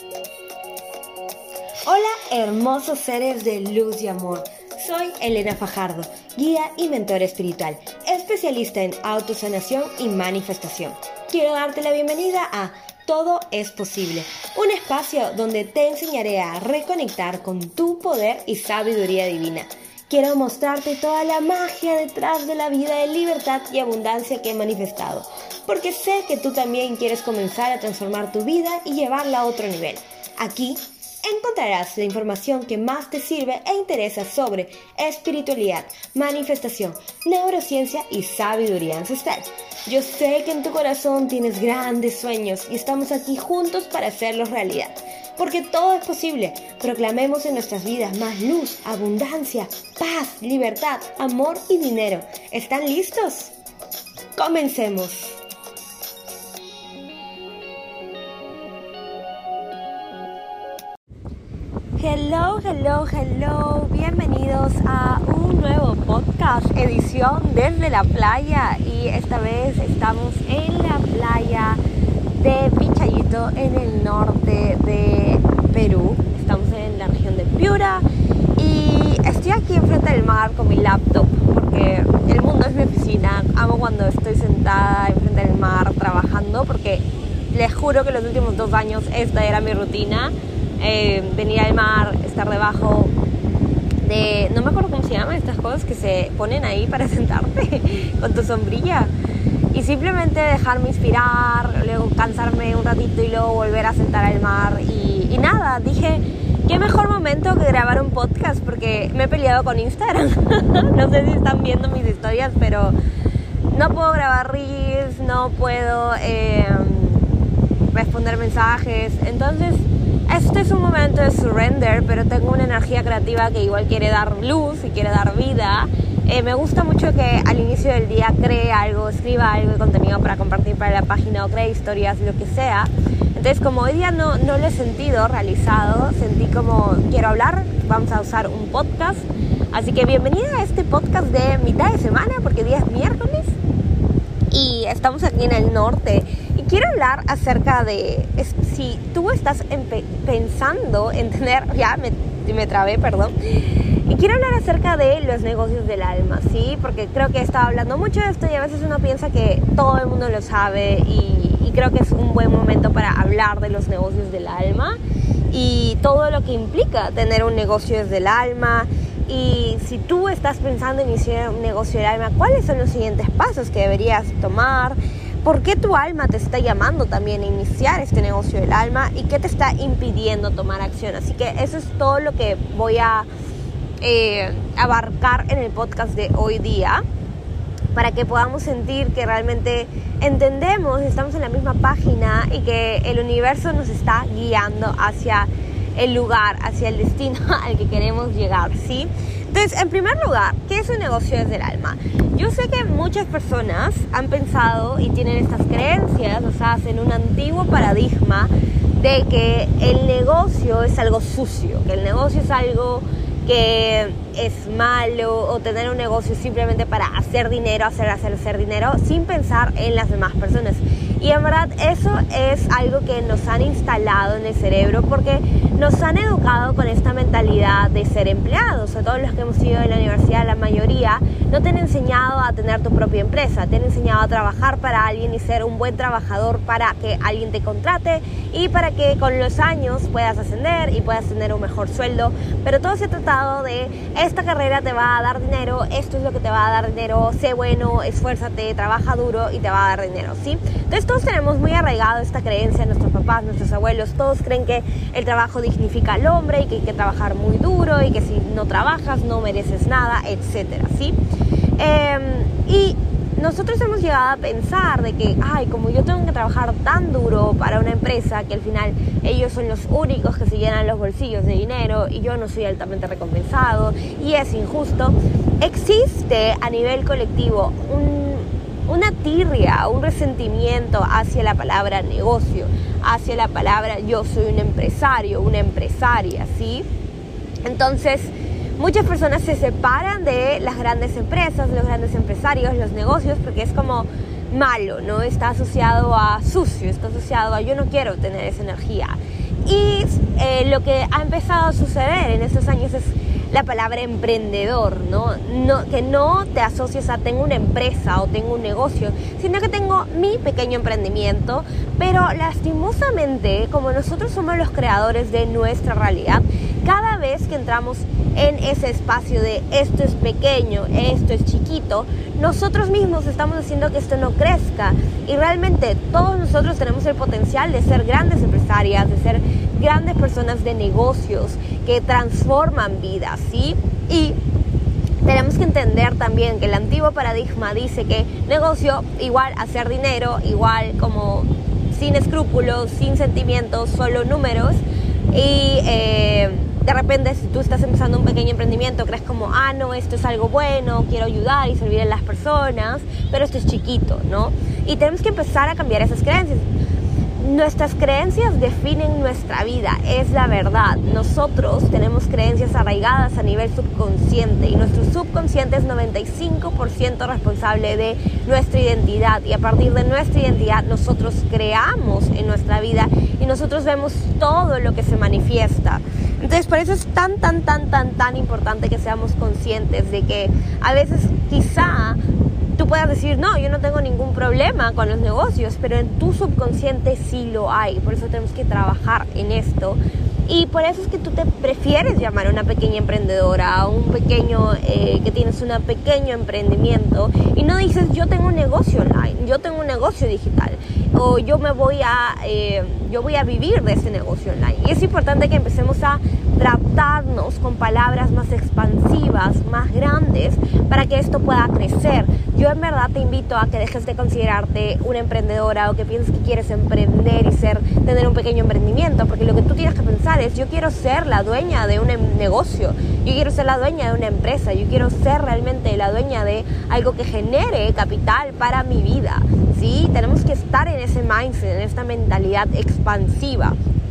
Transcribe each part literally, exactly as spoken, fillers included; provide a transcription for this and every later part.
Hola hermosos seres de luz y amor, soy Elena Fajardo, guía y mentora espiritual, especialista en autosanación y manifestación. Quiero darte la bienvenida a Todo es Posible, un espacio donde te enseñaré a reconectar con tu poder y sabiduría divina. Quiero mostrarte toda la magia detrás de la vida de libertad y abundancia que he manifestado, porque sé que tú también quieres comenzar a transformar tu vida y llevarla a otro nivel. Aquí encontrarás la información que más te sirve e interesa sobre espiritualidad, manifestación, neurociencia y sabiduría ancestral. Yo sé que en tu corazón tienes grandes sueños y estamos aquí juntos para hacerlos realidad. Porque todo es posible. Proclamemos en nuestras vidas más luz, abundancia, paz, libertad, amor y dinero. ¿Están listos? ¡Comencemos! Hello, hello, hello. Bienvenidos a un nuevo podcast, edición desde la playa. Y esta vez estamos en la playa de Pichayito, en el norte de Perú. Estamos en la región de Piura y estoy aquí enfrente del mar con mi laptop porque el mundo es mi oficina. Amo cuando estoy sentada enfrente del mar trabajando porque les juro que los últimos dos años esta era mi rutina. Eh, venir al mar, estar debajo de, no me acuerdo cómo se llaman estas cosas que se ponen ahí para sentarte con tu sombrilla y simplemente dejarme inspirar, luego cansarme un ratito y luego volver a sentar al mar y, y nada, dije qué mejor momento que grabar un podcast porque me he peleado con Instagram. No sé si están viendo mis historias, pero no puedo grabar reels, no puedo eh, responder mensajes, entonces este es un momento de surrender, pero tengo una energía creativa que igual quiere dar luz y quiere dar vida. Eh, me gusta mucho que al inicio del día cree algo, escriba algo de contenido para compartir para la página o cree historias, lo que sea. Entonces, como hoy día no, no lo he sentido realizado, sentí como quiero hablar, vamos a usar un podcast. Así que bienvenida a este podcast de mitad de semana, porque día es miércoles y estamos aquí en el norte. Y quiero hablar acerca de es, si tú estás empe- pensando en tener, ya me, me trabé, perdón. Y quiero hablar acerca de los negocios del alma, ¿sí? Porque creo que he estado hablando mucho de esto y a veces uno piensa que todo el mundo lo sabe y, y creo que es un buen momento para hablar de los negocios del alma y todo lo que implica tener un negocio desde el alma. Y si tú estás pensando en iniciar un negocio del alma, ¿cuáles son los siguientes pasos que deberías tomar? ¿Por qué tu alma te está llamando también a iniciar este negocio del alma? ¿Y qué te está impidiendo tomar acción? Así que eso es todo lo que voy a eh, abarcar en el podcast de hoy día, para que podamos sentir que realmente entendemos, estamos en la misma página y que el universo nos está guiando hacia el lugar, hacia el destino al que queremos llegar, ¿sí? Entonces, en primer lugar, ¿qué es un negocio desde el alma? Yo sé que muchas personas han pensado y tienen estas creencias basadas en un antiguo paradigma de que el negocio es algo sucio, que el negocio es algo que es malo, o tener un negocio simplemente para hacer dinero, hacer, hacer, hacer dinero, sin pensar en las demás personas. Y en verdad eso es algo que nos han instalado en el cerebro porque nos han educado con esta mentalidad de ser empleados. A todos los que hemos ido en la universidad, la mayoría, no te han enseñado a tener tu propia empresa, te han enseñado a trabajar para alguien y ser un buen trabajador para que alguien te contrate y para que con los años puedas ascender y puedas tener un mejor sueldo. Pero todo se ha tratado de esta carrera te va a dar dinero, esto es lo que te va a dar dinero, sé bueno, esfuérzate, trabaja duro y te va a dar dinero, ¿sí? Entonces todos tenemos muy arraigado esta creencia, nuestros papás, nuestros abuelos, todos creen que el trabajo dignifica al hombre y que hay que trabajar muy duro y que si no trabajas no mereces nada, etcétera, ¿sí? Eh, y nosotros hemos llegado a pensar de que, ay, como yo tengo que trabajar tan duro para una empresa que al final ellos son los únicos que se llenan los bolsillos de dinero y yo no soy altamente recompensado y es injusto, existe a nivel colectivo un, una tirria, un resentimiento hacia la palabra negocio, hacia la palabra yo soy un empresario, una empresaria, ¿sí? Entonces, muchas personas se separan de las grandes empresas, los grandes empresarios, los negocios, porque es como malo, ¿no? Está asociado a sucio, está asociado a yo no quiero tener esa energía. Y eh, lo que ha empezado a suceder en estos años es la palabra emprendedor, ¿no? No, que no te asocies a tengo una empresa o tengo un negocio, sino que tengo mi pequeño emprendimiento, pero lastimosamente, como nosotros somos los creadores de nuestra realidad, cada vez que entramos en ese espacio de esto es pequeño, esto es chiquito, nosotros mismos estamos haciendo que esto no crezca, y realmente todos nosotros tenemos el potencial de ser grandes empresarias, de ser grandes personas de negocios que transforman vidas, ¿sí? Y tenemos que entender también que el antiguo paradigma dice que negocio igual hacer dinero, igual como sin escrúpulos, sin sentimientos, solo números. Y eh, de repente si tú estás empezando un pequeño emprendimiento, crees como, ah, no, esto es algo bueno, quiero ayudar y servir a las personas, pero esto es chiquito, ¿no? Y tenemos que empezar a cambiar esas creencias. Nuestras creencias definen nuestra vida, es la verdad. Nosotros tenemos creencias arraigadas a nivel subconsciente y nuestro subconsciente es noventa y cinco por ciento responsable de nuestra identidad, y a partir de nuestra identidad nosotros creamos en nuestra vida y nosotros vemos todo lo que se manifiesta. Entonces por eso es tan, tan, tan, tan, tan importante que seamos conscientes de que a veces quizá tú puedas decir, no, yo no tengo ningún problema con los negocios, pero en tu subconsciente sí lo hay. Por eso tenemos que trabajar en esto. Y por eso es que tú te prefieres llamar a una pequeña emprendedora, a un pequeño, eh, que tienes un pequeño emprendimiento, y no dices, yo tengo un negocio online, yo tengo un negocio digital, o yo me voy a, eh, yo voy a vivir de ese negocio online. Y es importante que empecemos a tratarnos con palabras más expansivas, más grandes, para que esto pueda crecer. Yo en verdad te invito a que dejes de considerarte una emprendedora o que pienses que quieres emprender y ser, tener un pequeño emprendimiento, porque lo que tú tienes que pensar es, yo quiero ser la dueña de un negocio, yo quiero ser la dueña de una empresa, yo quiero ser realmente la dueña de algo que genere capital para mi vida, ¿sí? Tenemos que estar en ese mindset, en esta mentalidad expansiva.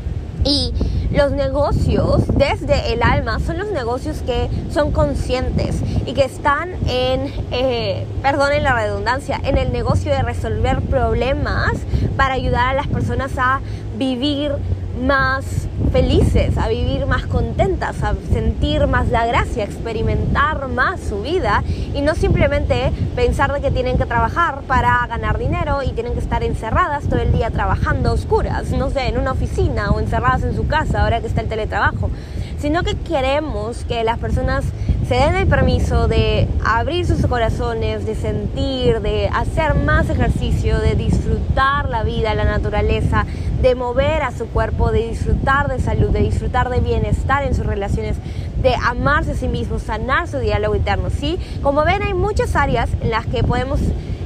Y los negocios desde el alma son los negocios que son conscientes y que están en, eh, perdonen la redundancia, en el negocio de resolver problemas para ayudar a las personas a vivir más felices, a vivir más contentas, a sentir más la gracia, a experimentar más su vida, y no simplemente pensar de que tienen que trabajar para ganar dinero y tienen que estar encerradas todo el día trabajando a oscuras, no sé, en una oficina o encerradas en su casa ahora que está el teletrabajo, sino que queremos que las personas se den el permiso de abrir sus corazones, de sentir, de hacer más ejercicio, de disfrutar la vida, la naturaleza, de mover a su cuerpo, de disfrutar de salud, de disfrutar de bienestar en sus relaciones, de amarse a sí mismos, sanar su diálogo interno, ¿sí? Como ven, hay muchas áreas en las que podemos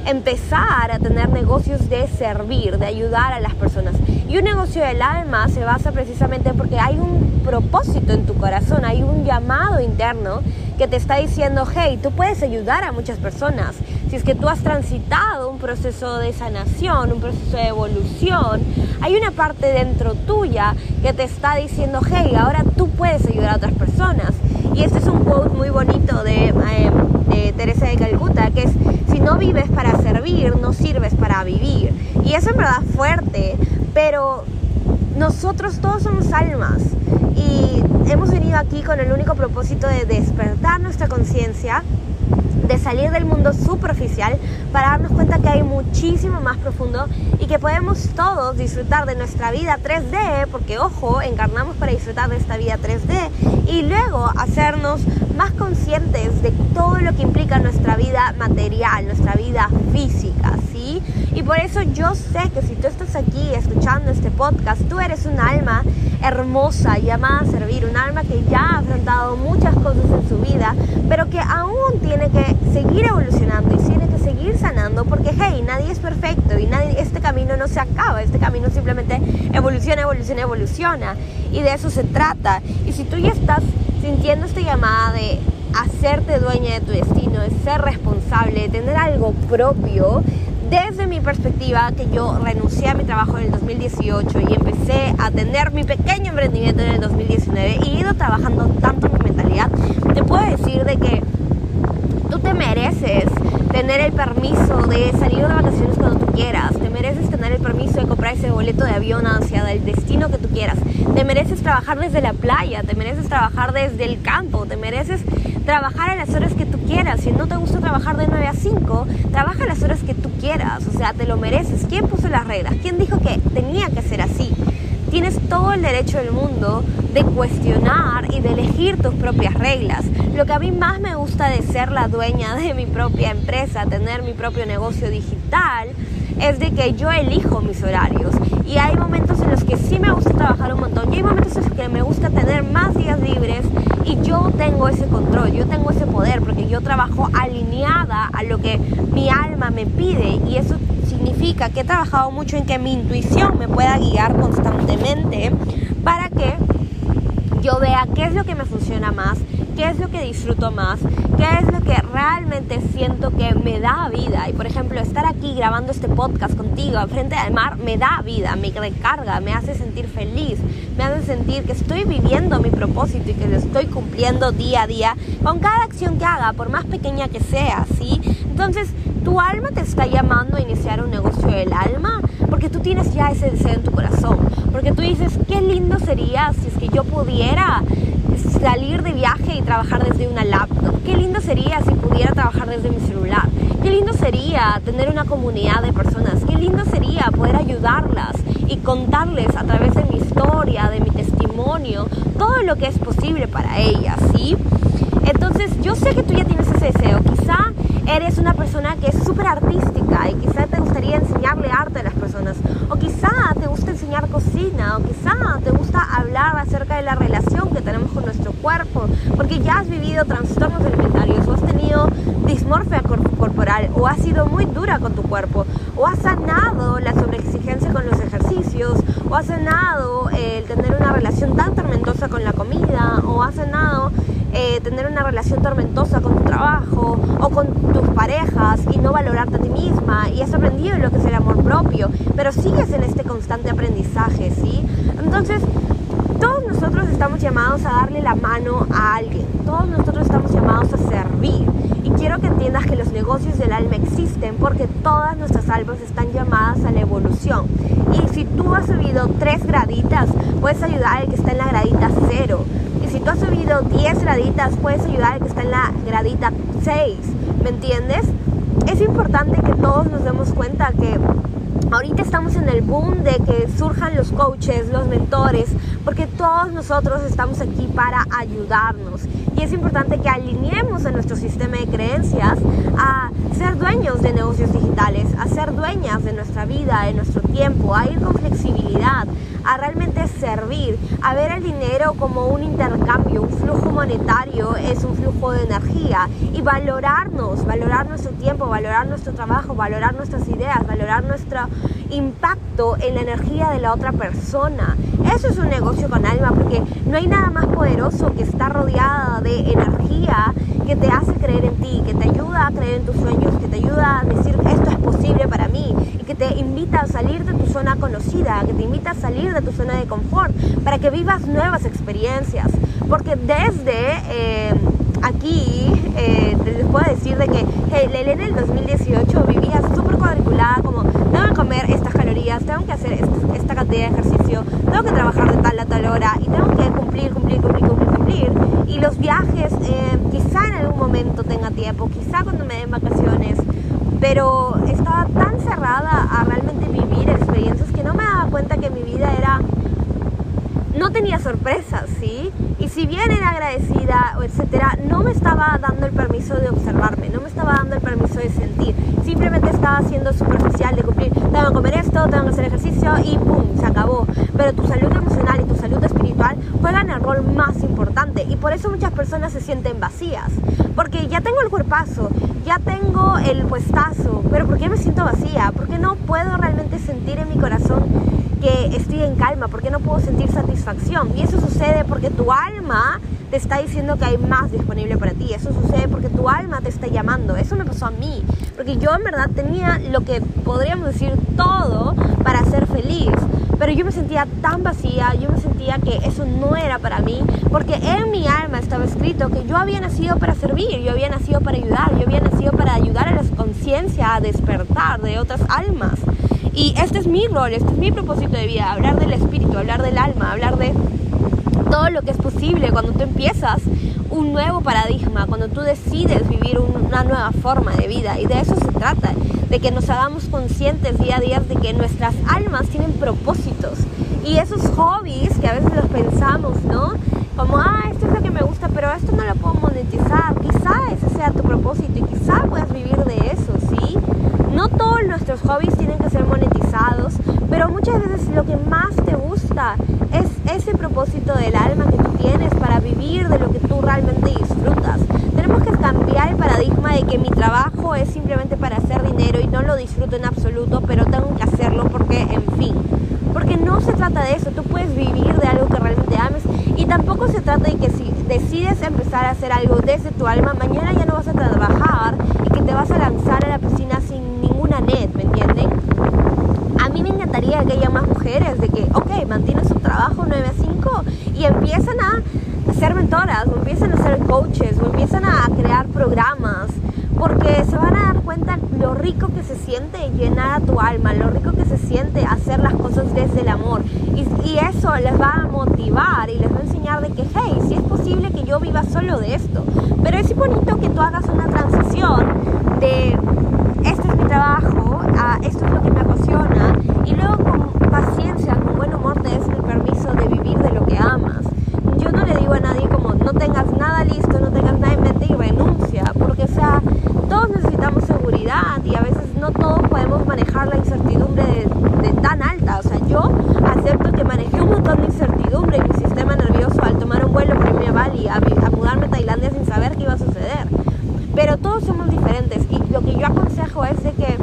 empezar a tener negocios de servir, de ayudar a las personas. Y un negocio del alma se basa precisamente porque hay un propósito en tu corazón, hay un llamado interno que te está diciendo, hey, tú puedes ayudar a muchas personas. Si es que tú has transitado un proceso de sanación, un proceso de evolución, hay una parte dentro tuya que te está diciendo, hey, ahora tú puedes ayudar a otras personas. Y este es un quote muy bonito de, eh, de Teresa de Calcuta, que es, si no vives para servir, no sirves para vivir. Y eso en verdad es fuerte, pero nosotros todos somos almas y hemos venido aquí con el único propósito de despertar nuestra conciencia, de salir del mundo superficial para darnos cuenta que hay muchísimo más profundo y que podemos todos disfrutar de nuestra vida tres D, porque ojo, encarnamos para disfrutar de esta vida tres D, y luego hacernos más conscientes de todo lo que implica nuestra vida material, nuestra vida física, ¿sí? Y por eso yo sé que si tú estás aquí escuchando este podcast, tú eres un alma hermosa, llamada a servir, un alma que ya ha afrontado muchas cosas en su vida, pero que aún tiene que seguir evolucionando y tiene que seguir sanando, porque hey, nadie es perfecto y nadie, este camino no se acaba, este camino simplemente evoluciona, evoluciona, evoluciona, y de eso se trata. Y si tú ya estás sintiendo esta llamada de hacerte dueña de tu destino, de ser responsable, de tener algo propio, desde mi perspectiva, que yo renuncié a mi trabajo en el dos mil dieciocho y empecé a tener mi pequeño emprendimiento en el dos mil diecinueve y he ido trabajando tanto en mi mentalidad, te puedo decir de que tú te mereces tener el permiso de salir de vacaciones cuando tú quieras, te mereces tener el permiso de comprar ese boleto de avión hacia el destino que tú quieras. Te mereces trabajar desde la playa, te mereces trabajar desde el campo, te mereces trabajar a las horas que tú quieras. Si no te gusta trabajar de nueve a cinco, trabaja a las horas que tú quieras. O sea, te lo mereces. ¿Quién puso las reglas? ¿Quién dijo que tenía que ser así? Tienes todo el derecho del mundo de cuestionar y de elegir tus propias reglas. Lo que a mí más me gusta de ser la dueña de mi propia empresa, tener mi propio negocio digital, es de que yo elijo mis horarios. Y hay momentos en los que sí me gusta trabajar un montón y hay momentos en los que me gusta tener más días libres y yo tengo ese control, yo tengo ese poder porque yo trabajo alineada a lo que mi alma me pide, y eso significa que he trabajado mucho en que mi intuición me pueda guiar constantemente para que yo vea qué es lo que me funciona más, qué es lo que disfruto más, qué es lo que realmente siento que me da vida. Y por ejemplo, estar aquí grabando este podcast contigo frente al mar me da vida, me recarga, me hace sentir feliz, me hace sentir que estoy viviendo mi propósito y que lo estoy cumpliendo día a día con cada acción que haga, por más pequeña que sea, ¿sí? Entonces, tu alma te está llamando a iniciar un negocio del alma porque tú tienes ya ese deseo en tu corazón, porque tú dices, qué lindo sería si es que yo pudiera salir de viaje y trabajar desde una laptop. Qué lindo sería si pudiera trabajar desde mi celular. Qué lindo sería tener una comunidad de personas. Qué lindo sería poder ayudarlas y contarles a través de mi historia, de mi testimonio, todo lo que es posible para ellas, ¿sí? Entonces, yo sé que tú ya tienes ese deseo. Quizá eres una persona que es súper artística y quizá te gustaría enseñarle arte a las personas. O quizá te gusta enseñar cocina. O quizá te gusta hablar acerca de la relación que tenemos con nuestro cuerpo. Porque ya has vivido trastornos alimentarios o has tenido dismorfia corporal o has sido muy dura con tu cuerpo. O has sanado la sobreexigencia con los ejercicios. O has sanado el tener una relación tan tormentosa con la comida. O has sanado Eh, tener una relación tormentosa con tu trabajo o con tus parejas y no valorarte a ti misma, y has aprendido lo que es el amor propio, pero sigues en este constante aprendizaje, ¿sí? Entonces, todos nosotros estamos llamados a darle la mano a alguien, todos nosotros estamos llamados a servir, y quiero que entiendas que los negocios del alma existen porque todas nuestras almas están llamadas a la evolución, y si tú has subido tres graditas, puedes ayudar al que está en la gradita cero. Si tú has subido diez graditas, puedes ayudar al que está en la gradita seis, ¿me entiendes? Es importante que todos nos demos cuenta que ahorita estamos en el boom de que surjan los coaches, los mentores, porque todos nosotros estamos aquí para ayudarnos. Y es importante que alineemos a nuestro sistema de creencias a ser dueños de negocios digitales, a ser dueñas de nuestra vida, de nuestro tiempo, a ir con flexibilidad, a realmente servir, a ver el dinero como un intercambio, un flujo monetario es un flujo de energía, y valorarnos, valorar nuestro tiempo, valorar nuestro trabajo, valorar nuestras ideas, valorar nuestro impacto en la energía de la otra persona. Eso es un negocio con alma, porque no hay nada más poderoso que estar rodeada de energía que te hace creer en ti, que te ayuda a creer en tus sueños, que te ayuda a decir esto es posible para mí, y que te invita a salir de tu zona conocida, que te invita a salir de tu zona de confort para que vivas nuevas experiencias. Porque desde eh, aquí eh, les puedo decir de que hey, Lele en el dos mil dieciocho vivía súper cuadriculada, como tengo que comer estas calorías, tengo que hacer esta, esta cantidad de ejercicio, tengo que trabajar de tal a tal hora y tengo que cumplir, cumplir, cumplir, cumplir, cumplir. Y los viajes, eh, quizá en algún momento tenga tiempo, quizá cuando me den vacaciones, pero estaba tan cerrada a realmente vivir experiencias que no me daba cuenta que mi vida era... no tenía sorpresas, ¿sí? Y si bien era agradecida, etcétera, no me estaba dando el permiso de observarme, no me estaba dando el permiso de sentir. Simplemente estaba siendo superficial de cumplir, tengo que comer esto, tengo que hacer ejercicio y ¡pum! Se acabó. Pero tu salud emocional y tu salud espiritual juegan el rol más importante, y por eso muchas personas se sienten vacías. Porque ya tengo el cuerpazo, ya tengo el puestazo, pero ¿por qué me siento vacía? ¿Por qué no puedo realmente sentir en mi corazón que estoy en calma? ¿Por qué no puedo sentir satisfacción? Y eso sucede porque tu alma te está diciendo que hay más disponible para ti. Eso sucede porque tu alma te está llamando. Eso me pasó a mí, porque yo en verdad tenía lo que podríamos decir todo para ser feliz, pero yo me sentía tan vacía, yo me sentía que eso no era para mí, porque en mi alma estaba escrito que yo había nacido para servir, yo había nacido para ayudar, yo había nacido para ayudar a la conciencia a despertar de otras almas. Y este es mi rol, este es mi propósito de vida, hablar del espíritu, hablar del alma, hablar de todo lo que es posible cuando tú empiezas un nuevo paradigma, cuando tú decides vivir una nueva forma de vida. Y de eso se trata, de que nos hagamos conscientes día a día de que nuestras almas tienen propósitos. Y esos hobbies que a veces los pensamos, ¿no? Como, ah, esto es lo que me gusta, pero esto no lo puedo monetizar. Quizá ese sea tu propósito y quizá puedas vivir de eso, ¿sí? No todos nuestros hobbies tienen que ser monetizados, pero muchas veces lo que más te gusta es ese propósito del alma que tú tienes para vivir de lo que tú realmente disfrutas. Tenemos que cambiar el paradigma de que mi trabajo es simplemente para hacer dinero y no lo disfruto en absoluto, pero tengo que hacerlo porque, en fin. Porque no se trata de eso, tú puedes vivir de algo que realmente ames y tampoco se trata de que si decides empezar a hacer algo desde tu alma, mañana ya no vas a trabajar y que te vas a lanzar a la piscina sin ninguna net, ¿me entienden? A mí me encantaría que haya más mujeres de que, ok, mantienen su trabajo nueve a cinco y empiezan a ser mentoras, o empiezan a ser coaches, o empiezan a crear programas, porque se van a dar cuenta lo rico que se siente llenar a tu alma, lo rico que se siente hacer las cosas desde el amor. Y, y eso les va a motivar y les va a enseñar de que, hey, sí es posible que yo viva solo de esto. Pero es bonito que tú hagas una transición de, este es mi trabajo, a esto es lo que me apasiona, y luego con paciencia, con buen humor te des el permiso de vivir de lo que amas. Yo no le digo a nadie como, no tengas nada listo, no tengas nada en mente y renuncia, porque, o sea, todos necesitamos seguridad y a veces no todos podemos manejar la incertidumbre de, de tan alta. O sea, yo acepto que manejé un montón de incertidumbre en mi sistema nervioso al tomar un vuelo para irme a Bali, a, a mudarme a Tailandia sin saber qué iba a suceder. Pero todos somos diferentes y lo que yo aconsejo es de que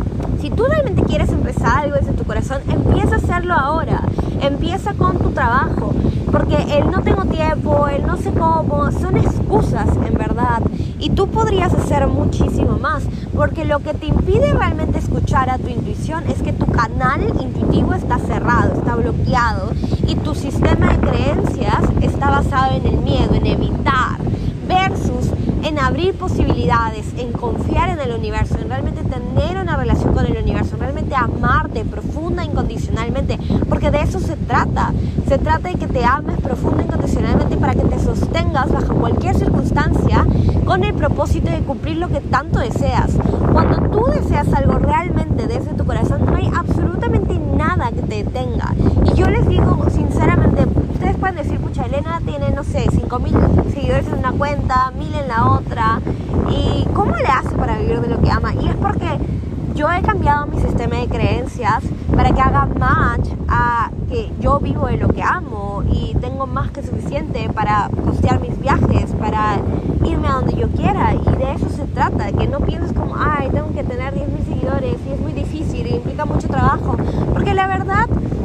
si tú realmente quieres empezar algo desde tu corazón, empieza a hacerlo ahora. Empieza con tu trabajo, porque el no tengo tiempo, el no sé cómo, son excusas en verdad. Y tú podrías hacer muchísimo más, porque lo que te impide realmente escuchar a tu intuición es que tu canal intuitivo está cerrado, está bloqueado, y tu sistema de creencias está basado en el miedo, en evitar, versus en abrir posibilidades, en confiar en el universo, en realmente tener una relación con el universo, en realmente amarte profunda e incondicionalmente, porque de eso se trata. Se trata de que te ames profunda e incondicionalmente para que te sostengas bajo cualquier circunstancia con el propósito de cumplir lo que tanto deseas. Cuando tú deseas algo realmente desde tu corazón, no hay absolutamente nada que te detenga. Y yo les digo sinceramente, ustedes pueden decir, pucha, Elena tiene, no sé, cinco mil seguidores en una cuenta, mil en la otra, ¿y cómo le hace para vivir de lo que ama? Y es porque yo he cambiado mi sistema de creencias para que haga match a que yo vivo de lo que amo y tengo más que suficiente para costear mis viajes, para irme a donde yo quiera. Y de eso se trata, de que no pienses como, ay, tengo que tener diez mil seguidores y es muy difícil y implica mucho trabajo, porque la verdad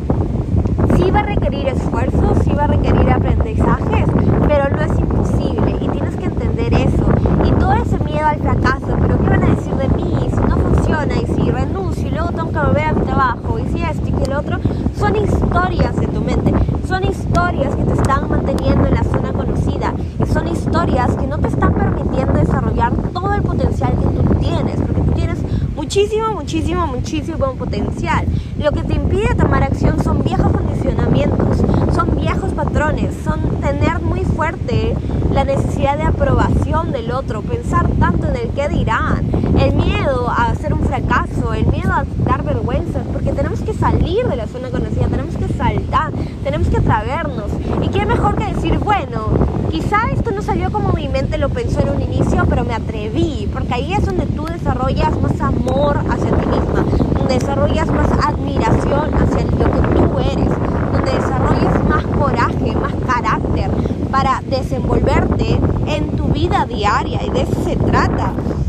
sí va a requerir esfuerzo, sí va a requerir aprendizajes, pero no es imposible y tienes que entender eso. Y todo ese miedo al fracaso, pero ¿qué van a decir de mí si no funciona y si renuncio y luego tengo que volver a mi trabajo y si esto y que lo otro? Son historias de tu mente, son historias que te están manteniendo en la zona conocida y son historias que no te están permitiendo desarrollar todo el potencial que tú tienes, porque tú tienes muchísimo, muchísimo, muchísimo potencial. Lo que te impide tomar acción son viejos condicionamientos, son viejos patrones, son tener muy fuerte la necesidad de aprobación del otro, pensar tanto en el qué dirán, el miedo a hacer un fracaso, el miedo a dar vergüenza, porque tenemos que salir de la zona conocida, tenemos que saltar, tenemos que atrevernos. Y qué mejor que decir, bueno, quizá esto no salió como mi mente lo pensó en un inicio, pero me atreví, porque ahí es donde tú desarrollas más amor hacia ti misma, donde desarrollas más admiración hacia lo que tú eres, donde desarrollas más coraje, más carácter para desenvolverte en tu vida diaria, y de eso se trata.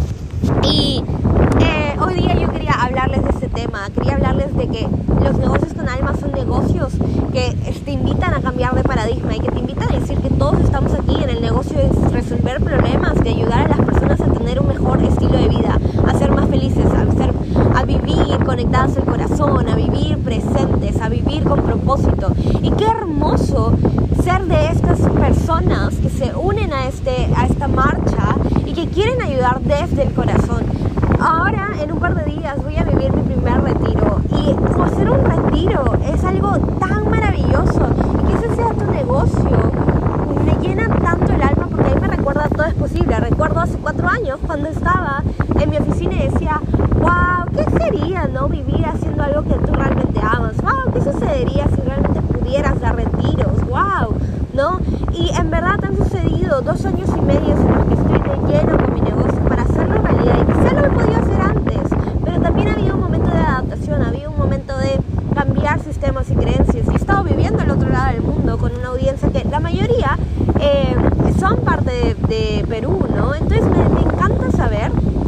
Y eh, hoy día yo quería hablarles de este tema, quería hablarles de que los negocios con alma son negocios que te invitan a cambiar de paradigma y que te invitan a decir que todos estamos aquí en el negocio de resolver problemas, de ayudar a las personas a tener un mejor estilo de vida, a ser más felices, a, ser, a vivir conectadas al corazón, a vivir presentes, a vivir con propósito. Y qué hermoso ser de estas personas que se unen a, este, a esta marcha y que quieren ayudar desde el corazón. Ahora, en un par de días, voy a vivir mi primer retiro y Y hacer un retiro es algo tan maravilloso. Y que ese sea tu negocio me llena tanto el alma, porque ahí me recuerda todo es posible. Recuerdo hace cuatro años cuando estaba en mi oficina y decía, wow, ¿qué sería, no? Vivir haciendo algo que tú realmente amas. Wow, ¿qué sucedería si realmente pudieras dar retiros? Wow, ¿no? Y en verdad han sucedido dos años y medio en los que estoy de lleno con mi negocio para hacerlo realidad. Y quizá lo he podido hacer antes, pero también había un momento de adaptación, había un momento de cambiar sistemas y creencias. Y he estado viviendo al otro lado del mundo con una audiencia que la mayoría eh, son parte de, de Perú, ¿no? Entonces me, me encanta saber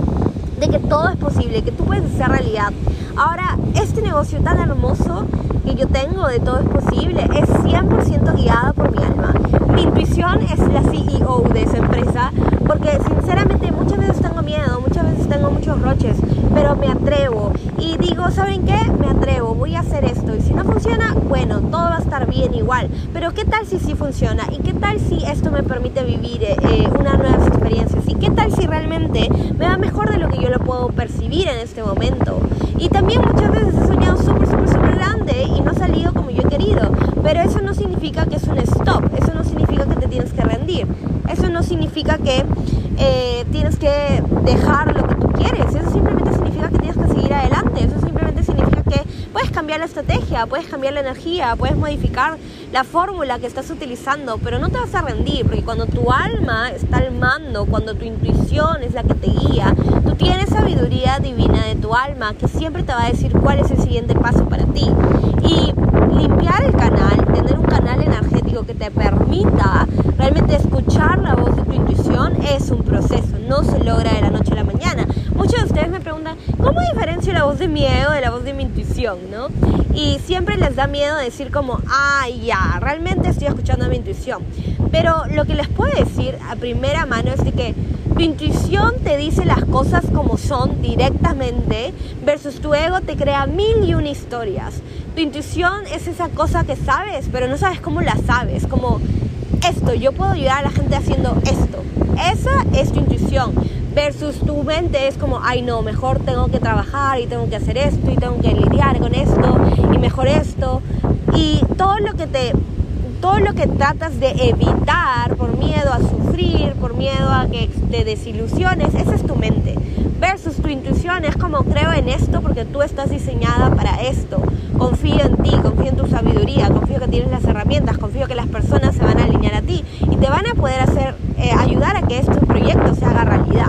de que todo es posible, que tú puedes hacer realidad. Ahora, este negocio tan hermoso que yo tengo de todo es posible es cien por ciento guiada por mi alma. Mi intuición es la C E O de esa empresa, porque sinceramente muchas veces tengo miedo, muchas veces tengo muchos roches, pero me atrevo y digo, ¿saben qué? Me atrevo, voy a hacer esto, y si no funciona, bueno, todo va a estar bien igual, pero ¿qué tal si sí funciona? ¿Y qué tal si esto me permite vivir eh, unas nuevas experiencias? ¿Y qué tal si realmente me va mejor de lo que yo lo puedo percibir en este momento? Y también muchas veces he soñado súper, súper, súper grande y no ha salido como yo he querido, pero eso no significa que es un stop, eso no significa que te tienes que rendir, eso no significa que eh, tienes que dejar lo que tú quieres, eso simplemente significa que tienes que seguir adelante, eso simplemente significa que puedes cambiar la estrategia, puedes cambiar la energía, puedes modificar la fórmula que estás utilizando, pero no te vas a rendir, porque cuando tu alma está al mando, cuando tu intuición es la que te guía, tú tienes sabiduría divina de tu alma que siempre te va a decir cuál es el siguiente paso para ti. Y limpiar el canal, tener un canal energético que te permita realmente escuchar la voz de tu intuición es un proceso, no se logra de la noche a la mañana. Muchos de ustedes me preguntan, ¿cómo diferencio la voz de miedo de la voz de mi intuición, no? Y siempre les da miedo decir como, ay, ya, realmente estoy escuchando a mi intuición. Pero lo que les puedo decir a primera mano es de que tu intuición te dice las cosas como son directamente, versus tu ego te crea mil y una historias. Tu intuición es esa cosa que sabes, pero no sabes cómo la sabes. Como esto, yo puedo ayudar a la gente haciendo esto. Esa es tu intuición. Versus tu mente es como, ay no, mejor tengo que trabajar y tengo que hacer esto y tengo que lidiar con esto y mejor esto. Y todo lo que te... todo lo que tratas de evitar por miedo a sufrir, por miedo a que te desilusiones, esa es tu mente. Versus tu intuición es como, creo en esto porque tú estás diseñada para esto. Confío en ti, confío en tu sabiduría, confío que tienes las herramientas, confío que las personas se van a alinear a ti y te van a poder hacer, eh, ayudar a que este proyecto se haga realidad.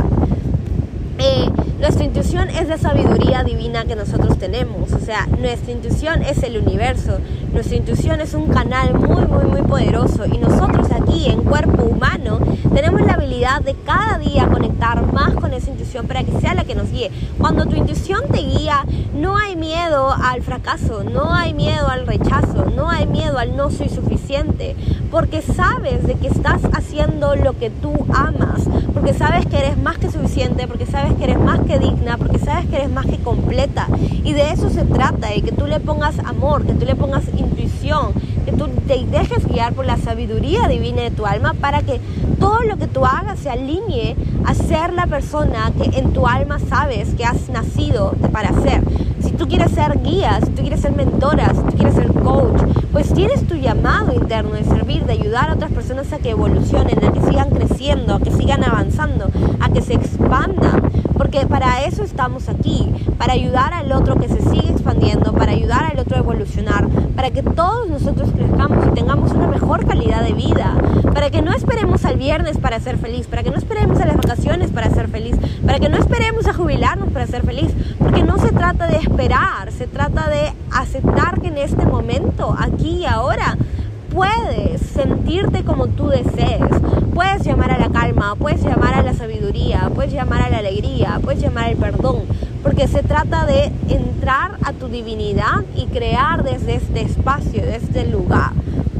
Eh, nuestra intuición es la sabiduría divina que nosotros tenemos, o sea, nuestra intuición es el universo, nuestra intuición es un canal muy, muy, muy poderoso y nosotros aquí en cuerpo humano tenemos la habilidad de cada día conectar más con esa intuición para que sea la que nos guíe. Cuando tu intuición te guía, no hay miedo al fracaso, no hay miedo al rechazo, no hay miedo al no soy suficiente, porque sabes de que estás haciendo lo que tú amas, porque sabes que eres más que suficiente, porque sabes que eres más que digna, porque sabes que eres más que completa. Y de eso se trata, de que tú le pongas amor, que tú le pongas intuición, que tú te dejes guiar por la sabiduría divina de tu alma para que todo lo que tú hagas se alinee a ser la persona que en tu alma sabes que has nacido para ser. Si tú quieres ser guía, si tú quieres ser mentora, si tú quieres ser coach, pues tienes tu llamado interno de servir, de ayudar a otras personas a que evolucionen, a que sigan creciendo, a que sigan avanzando, a que se expandan, porque para eso estamos aquí, para ayudar al otro que se sigue expandiendo, para ayudar al otro a evolucionar, para que todos nosotros crezcamos y tengamos una mejor calidad de vida, para que no esperemos al viernes para ser feliz, para que no esperemos a las vacaciones para ser feliz, para que no esperemos a jubilarnos para ser feliz, porque no se trata de esperar, se trata de aceptar que en este momento, aquí y ahora, puedes sentirte como tú desees, puedes llamar a la calma, puedes llamar a la sabiduría, puedes llamar a la alegría, puedes llamar al perdón, porque se trata de entrar a tu divinidad y crear desde este espacio, desde este lugar.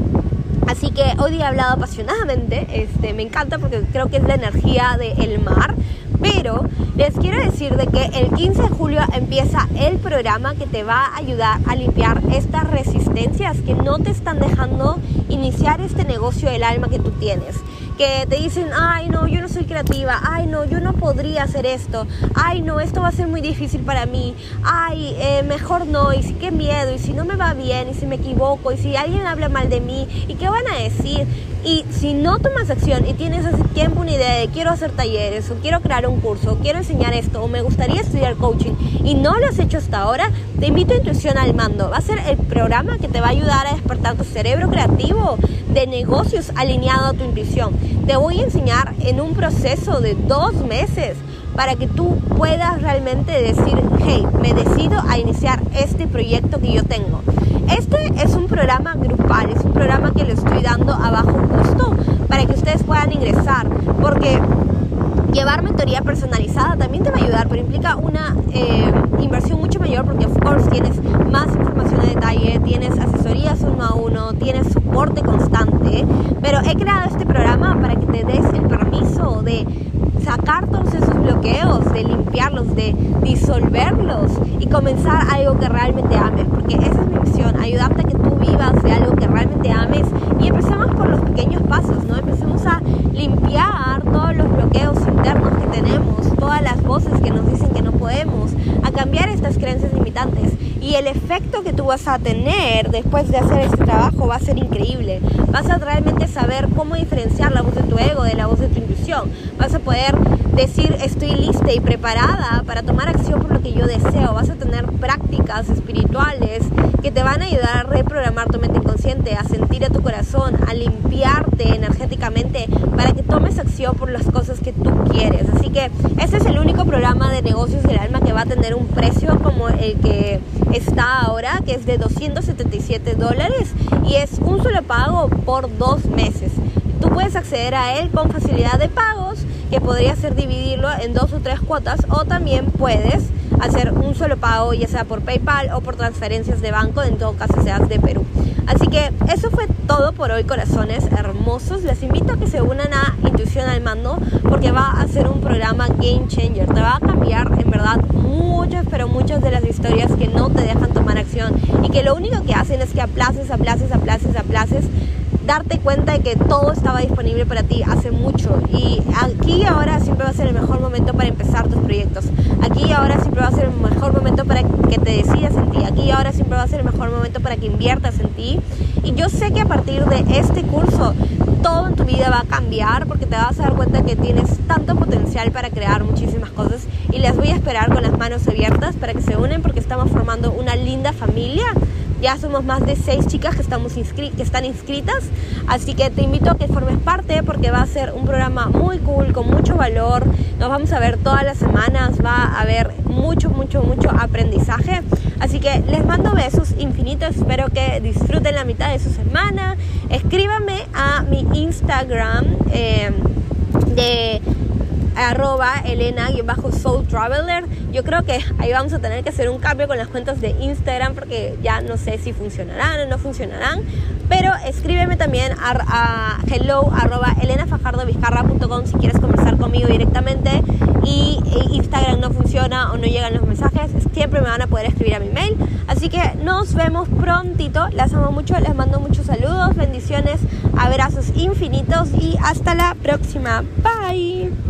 Así que hoy día he hablado apasionadamente, este, me encanta porque creo que es la energía del mar, pero les quiero decir de que el quince de julio empieza el programa que te va a ayudar a limpiar estas resistencias que no te están dejando iniciar este negocio del alma que tú tienes, que te dicen, ay no, yo no soy creativa, ay no, yo no podría hacer esto, ay no, esto va a ser muy difícil para mí, ay, eh, mejor no, y si qué miedo, y si no me va bien, y si me equivoco, y si alguien habla mal de mí, y qué van a decir. Y si no tomas acción y tienes hace tiempo una idea de quiero hacer talleres, o quiero crear un curso, o quiero enseñar esto, o me gustaría estudiar coaching, y no lo has hecho hasta ahora, te invito a Intuición al Mando. Va a ser el programa que te va a ayudar a despertar tu cerebro creativo de negocios alineado a tu intuición. Te voy a enseñar en un proceso de dos meses para que tú puedas realmente decir, hey, me decido a iniciar este proyecto que yo tengo. Este es un programa grupal, es un programa que lo estoy dando a bajo costo para que ustedes puedan ingresar, porque llevar mentoría personalizada también te va a ayudar, pero implica una eh, inversión mucho mayor, porque of course tienes más información de detalle, tienes asesorías uno a uno, tienes soporte constante, pero he creado este programa para que te des el permiso de sacar todos esos bloqueos, de limpiarlos, de disolverlos y comenzar algo que realmente ames, porque esa es mi misión, ayudarte a que tú vivas de algo que realmente ames. Y empecemos por los pequeños pasos, ¿no? Empecemos a limpiar todos los bloqueos internos que tenemos, todas las voces que nos dicen que no podemos, a cambiar estas creencias limitantes. Y el efecto que tú vas a tener después de hacer este trabajo va a ser increíble. Vas a realmente saber cómo diferenciar la voz de tu ego de la voz de tu intuición. Vas a poder decir, estoy lista y preparada para tomar acción por lo que yo deseo. Vas a tener prácticas espirituales que te van a ayudar a reprogramar tu mente inconsciente, a sentir a tu corazón, a limpiarte energéticamente para que tomes acción por las cosas que tú quieres. Así que este es el único programa de negocios del alma que va a tener un precio como el que está ahora, que es de doscientos setenta y siete dólares, y es un solo pago por dos meses. Tú puedes acceder a él con facilidad de pagos, que podría ser dividirlo en dos o tres cuotas, o también puedes hacer un solo pago, ya sea por PayPal o por transferencias de banco, en todo caso seas de Perú. Así que eso fue todo por hoy, corazones hermosos. Les invito a que se unan a Intuición al Mando, porque va a ser un programa game changer. Te va a cambiar en verdad muchas, pero muchas de las historias que no te dejan tomar acción y que lo único que hacen es que aplaces, aplaces, aplaces, aplaces darte cuenta de que todo estaba disponible para ti hace mucho. Y aquí y ahora siempre va a ser el mejor momento para empezar tus proyectos. Aquí y ahora siempre va a ser el mejor momento para que te decidas en ti. Aquí y ahora siempre va a ser el mejor momento para que inviertas en ti. Y yo sé que a partir de este curso todo en tu vida va a cambiar, porque te vas a dar cuenta que tienes tanto potencial para crear muchísimas cosas, y les voy a esperar con las manos abiertas para que se unen, porque estamos formando una linda familia. Ya somos más de seis chicas que, estamos inscri- que están inscritas, así que te invito a que formes parte, porque va a ser un programa muy cool, con mucho valor. Nos vamos a ver todas las semanas, va a haber mucho, mucho, mucho aprendizaje. Así que les mando besos infinitos, espero que disfruten la mitad de su semana. Escríbame a mi Instagram eh, de arroba Elena-Soul Traveler. Yo creo que ahí vamos a tener que hacer un cambio con las cuentas de Instagram, porque ya no sé si funcionarán o no funcionarán. Pero escríbeme también a, a hello arroba elenafajardovizcarra punto com si quieres conversar conmigo directamente y Instagram no funciona o no llegan los mensajes. Siempre me van a poder escribir a mi mail. Así que nos vemos prontito. Las amo mucho, les mando muchos saludos, bendiciones, abrazos infinitos y hasta la próxima. Bye.